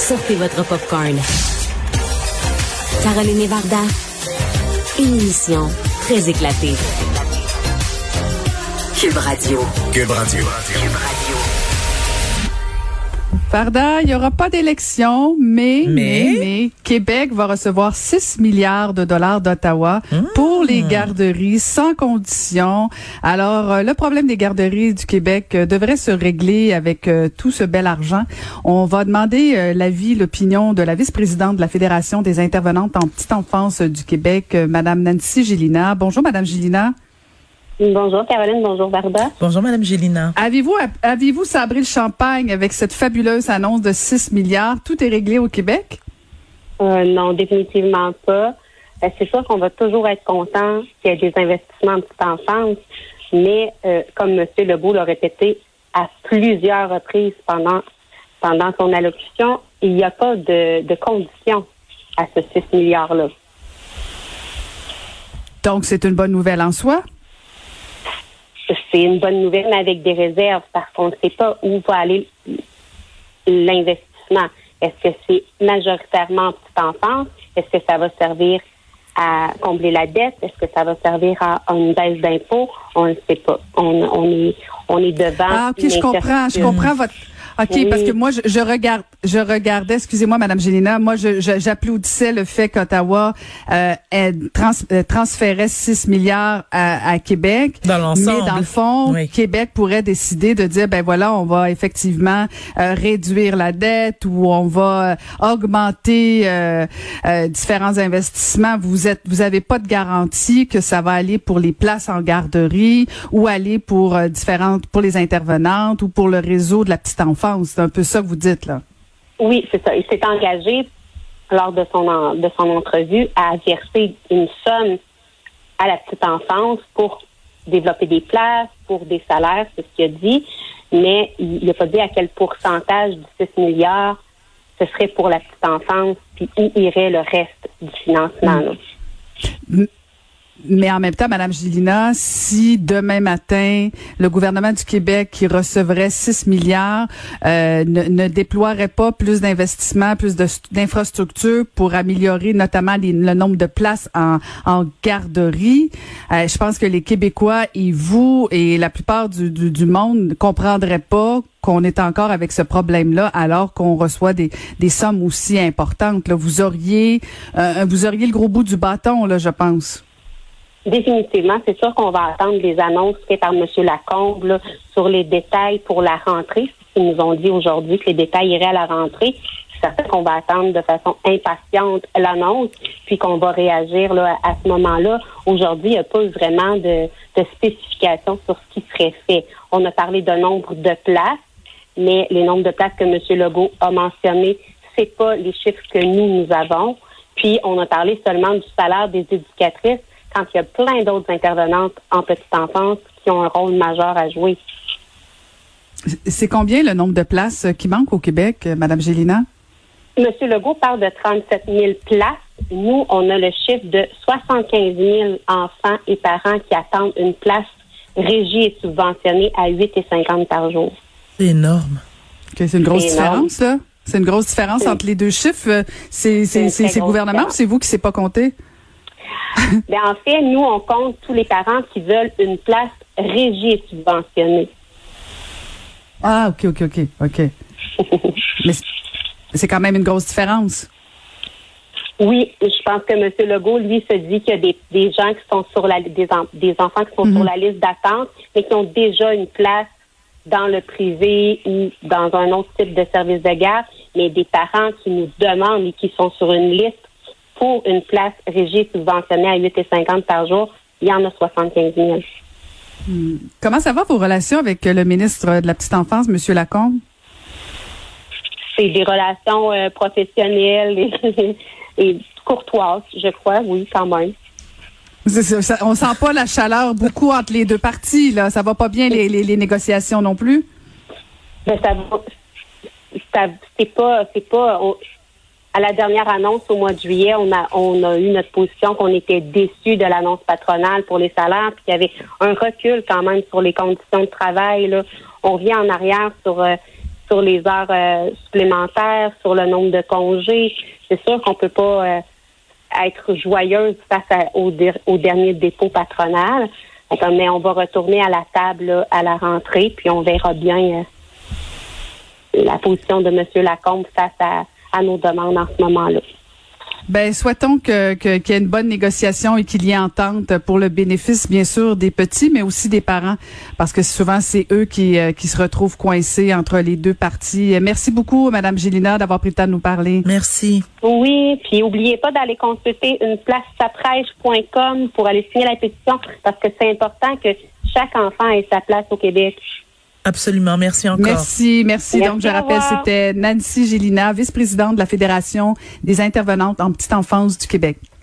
Sortez votre popcorn. Caroline et Varda, une émission très éclatée. Cube Radio. Cube Radio. Cube Radio. Varda, il n'y aura pas d'élection, mais Québec va recevoir 6 milliards de dollars d'Ottawa pour les garderies sans condition. Alors, le problème des garderies du Québec devrait se régler avec tout ce bel argent. On va demander l'opinion de la vice-présidente de la Fédération des intervenantes en petite enfance du Québec, Madame Nancy Gélina. Bonjour, Madame Gélina. Bonjour Caroline, bonjour Varda. Bonjour Madame Gélina. Avez-vous sabré le champagne avec cette fabuleuse annonce de 6 milliards? Tout est réglé au Québec? Non, définitivement pas. C'est sûr qu'on va toujours être content qu'il y ait des investissements en petite enfance, mais comme M. Legault l'a répété à plusieurs reprises pendant son allocution, il n'y a pas de conditions à ce 6 milliards-là. Donc, c'est une bonne nouvelle en soi? C'est une bonne nouvelle, mais avec des réserves, parce qu'on ne sait pas où va aller l'investissement. Est-ce que c'est majoritairement en petite enfance? Est-ce que ça va servir à combler la dette? Est-ce que ça va servir à une baisse d'impôts? On ne sait pas. On est devant. Ah, OK, je comprends votre... OK, oui. Parce que moi, je regardais, excusez-moi, Madame Gélina, moi, j'applaudissais le fait qu'Ottawa transférait 6 milliards à Québec. Dans l'ensemble. Mais dans le fond, oui. Québec pourrait décider de dire, ben voilà, on va effectivement réduire la dette ou on va augmenter différents investissements. Vous avez pas de garantie que ça va aller pour les places en garderie ou aller pour pour les intervenantes ou pour le réseau de la petite enfance. C'est un peu ça que vous dites, là. Oui, c'est ça. Il s'est engagé, lors de son entrevue, à verser une somme à la petite enfance pour développer des places, pour des salaires, c'est ce qu'il a dit. Mais il n'a pas dit à quel pourcentage du 6 milliards ce serait pour la petite enfance, puis où irait le reste du financement, là. Mais en même temps, Madame Gélina, si demain matin, le gouvernement du Québec qui recevrait 6 milliards ne déploierait pas plus d'investissements, plus d'infrastructures pour améliorer notamment le nombre de places en garderie, je pense que les Québécois et vous et la plupart du monde ne comprendraient pas qu'on est encore avec ce problème-là alors qu'on reçoit des sommes aussi importantes. Là, vous auriez le gros bout du bâton, là, je pense. Définitivement, c'est sûr qu'on va attendre les annonces faites par M. Lacombe là, sur les détails pour la rentrée. Ils nous ont dit aujourd'hui que les détails iraient à la rentrée. C'est certain qu'on va attendre de façon impatiente l'annonce, puis qu'on va réagir là, à ce moment-là. Aujourd'hui, il n'y a pas eu vraiment de spécification sur ce qui serait fait. On a parlé de nombre de places, mais les nombres de places que M. Legault a mentionnés, c'est pas les chiffres que nous avons. Puis, on a parlé seulement du salaire des éducatrices, quand il y a plein d'autres intervenantes en petite enfance qui ont un rôle majeur à jouer. C'est combien le nombre de places qui manquent au Québec, Mme Gélina? M. Legault parle de 37 000 places. Nous, on a le chiffre de 75 000 enfants et parents qui attendent une place régie et subventionnée à 8,50 par jour. C'est énorme. Okay, c'est une grosse différence, là? C'est une grosse différence entre les deux chiffres. C'est le gouvernement ou c'est vous qui ne savez pas compter? Ben, en fait, nous, on compte tous les parents qui veulent une place régie et subventionnée. Ah, OK. Mais c'est quand même une grosse différence. Oui, je pense que M. Legault, lui, se dit qu'il y a des gens qui sont sur des enfants qui sont sur la liste d'attente, mais qui ont déjà une place dans le privé ou dans un autre type de service de garde, mais des parents qui nous demandent et qui sont sur une liste pour une place régie subventionnée à 8,50 par jour, il y en a 75 000. Comment ça va vos relations avec le ministre de la Petite Enfance, M. Lacombe? C'est des relations professionnelles et courtoises, je crois, oui, quand même. On sent pas la chaleur beaucoup entre les deux parties, là. Ça va pas bien les négociations non plus? Ben, c'est pas. À la dernière annonce au mois de juillet, on a eu notre position qu'on était déçus de l'annonce patronale pour les salaires, puis qu'il y avait un recul quand même sur les conditions de travail, là. On revient en arrière sur sur les heures supplémentaires, sur le nombre de congés. C'est sûr qu'on peut pas être joyeuse face au dernier dépôt patronal. Mais on va retourner à la table là, à la rentrée, puis on verra bien la position de M. Lacombe face à nos demandes en ce moment-là. Ben, souhaitons qu'il y ait une bonne négociation et qu'il y ait entente pour le bénéfice, bien sûr, des petits, mais aussi des parents, parce que souvent, c'est eux qui se retrouvent coincés entre les deux parties. Merci beaucoup, Mme Gélina, d'avoir pris le temps de nous parler. Merci. Oui, puis n'oubliez pas d'aller consulter uneplacesaprêche.com pour aller signer la pétition, parce que c'est important que chaque enfant ait sa place au Québec. Absolument. Merci encore. Merci. Donc, je rappelle, c'était Nancy Gélina, vice-présidente de la Fédération des intervenantes en petite enfance du Québec.